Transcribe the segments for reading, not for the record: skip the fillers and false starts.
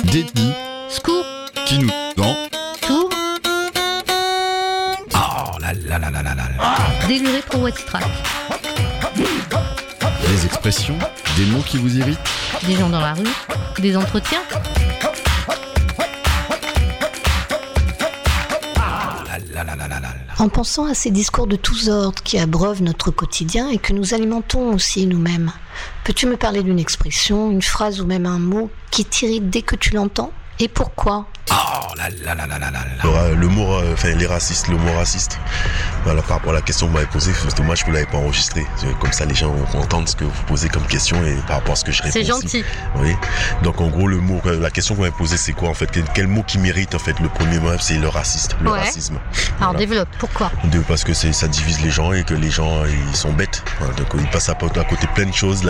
Détenu, Scoop, qui nous tend. tour, Oh là là là là là là là. déluré pour What's Track. Des expressions, des mots qui vous irritent. Des gens dans la rue, des entretiens. Là là là là là là. En pensant à ces discours de tous ordres qui abreuvent notre quotidien et que nous alimentons aussi nous-mêmes, peux-tu me parler d'une expression, une phrase ou même un mot qui t'irrite dès que tu l'entends ? Et pourquoi ? Oh là là là là là là là. Le mot, les racistes, le mot raciste. Voilà, par rapport à la question que vous m'avez posée, c'est dommage que vous ne l'avez pas enregistré. Comme ça, les gens vont entendre ce que vous posez comme question et par rapport à ce que je réponds. C'est aussi. gentil. Oui. Donc, en gros, le mot, la question que vous m'avez posée, c'est quoi en fait ? Quel mot qui mérite en fait ? Le premier mot, c'est le raciste, le Ouais. racisme. Alors Voilà. développe, pourquoi ? Parce que ça divise les gens et que les gens ils sont bêtes. Voilà, donc ils passent à côté plein de choses,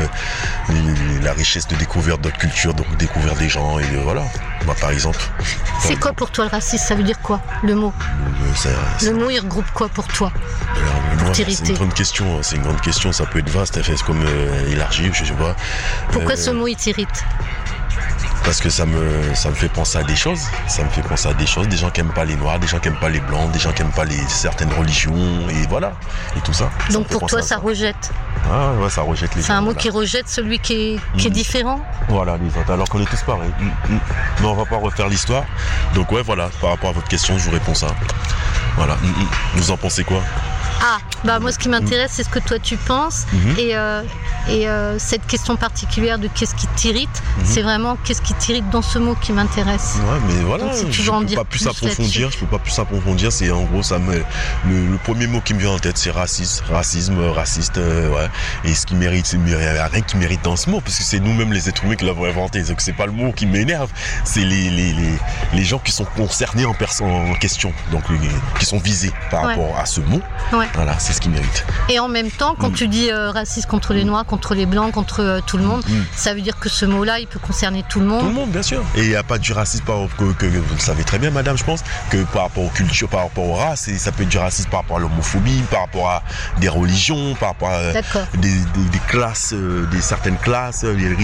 la richesse de découvrir d'autres cultures, donc découvrir des gens et voilà. Moi par exemple. C'est quoi pour toi le racisme ? Ça veut dire quoi, le mot ? C'est Le mot, il regroupe quoi pour toi ? moi, t'irriter. c'est une grande question. C'est une grande question. Ça peut être vaste. C'est comme élargi, je sais pas. Pourquoi ce mot, il t'irrite ? Parce que ça me fait penser à des choses. Ça me fait penser à des choses. Des gens qui aiment pas les noirs, des gens qui aiment pas les blancs, des gens qui aiment pas certaines religions et voilà. Et tout ça. Donc me fait pour penser toi, à ça rejette. Ah ouais, ça rejette les gens. C'est un mot voilà. qui rejette celui qui est différent ? Voilà, les autres, alors qu'on est tous pareils. Mais on va pas refaire l'histoire. Donc ouais, voilà, par rapport à votre question, je vous réponds ça. Voilà. Vous en pensez quoi ? Ah, bah moi ce qui m'intéresse c'est ce que toi tu penses et cette question particulière de qu'est-ce qui t'irrite, c'est vraiment qu'est-ce qui t'irrite dans ce mot qui m'intéresse. Ouais, mais voilà, Donc, si tu je veux en peux dire pas plus plus approfondir, là-dessus. je peux pas plus approfondir, c'est en gros le premier mot qui me vient en tête c'est racisme, raciste, ouais. Et ce qui mérite, il n'y a rien qui mérite dans ce mot, parce que c'est nous-mêmes les êtres humains qui l'avons inventé, donc c'est pas le mot qui m'énerve, c'est les gens qui sont concernés en question, donc qui sont visés par Ouais. rapport à ce mot. Ouais. Voilà, c'est ce qui mérite. Et en même temps, quand tu dis raciste contre les noirs, contre les blancs, contre tout le monde, ça veut dire que ce mot-là, il peut concerner tout le monde. Tout le monde, bien sûr. Et il n'y a pas du racisme, que vous le savez très bien, madame, je pense, que par rapport aux cultures, par rapport aux races, et ça peut être du racisme par rapport à l'homophobie, par rapport à des religions, par rapport à D'accord. des classes, certaines classes,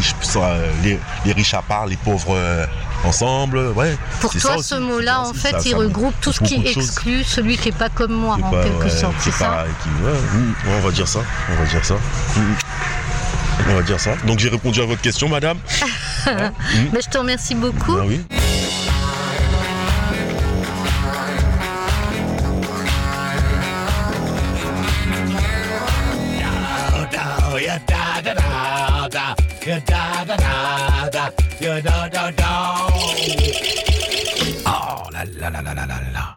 les riches à part, les pauvres ensemble. Ouais. Pour C'est toi, ça aussi, ce c'est mot-là, ça en aussi, fait, ça il regroupe tout ce qui beaucoup de choses. exclut celui qui n'est pas comme moi, C'est en pas- quelque ouais, sorte. C'est ça ? pas- on va dire ça. On va dire ça. Donc j'ai répondu à votre question, madame. Mais je te remercie beaucoup. Ah oui. Oh là là là là là là là.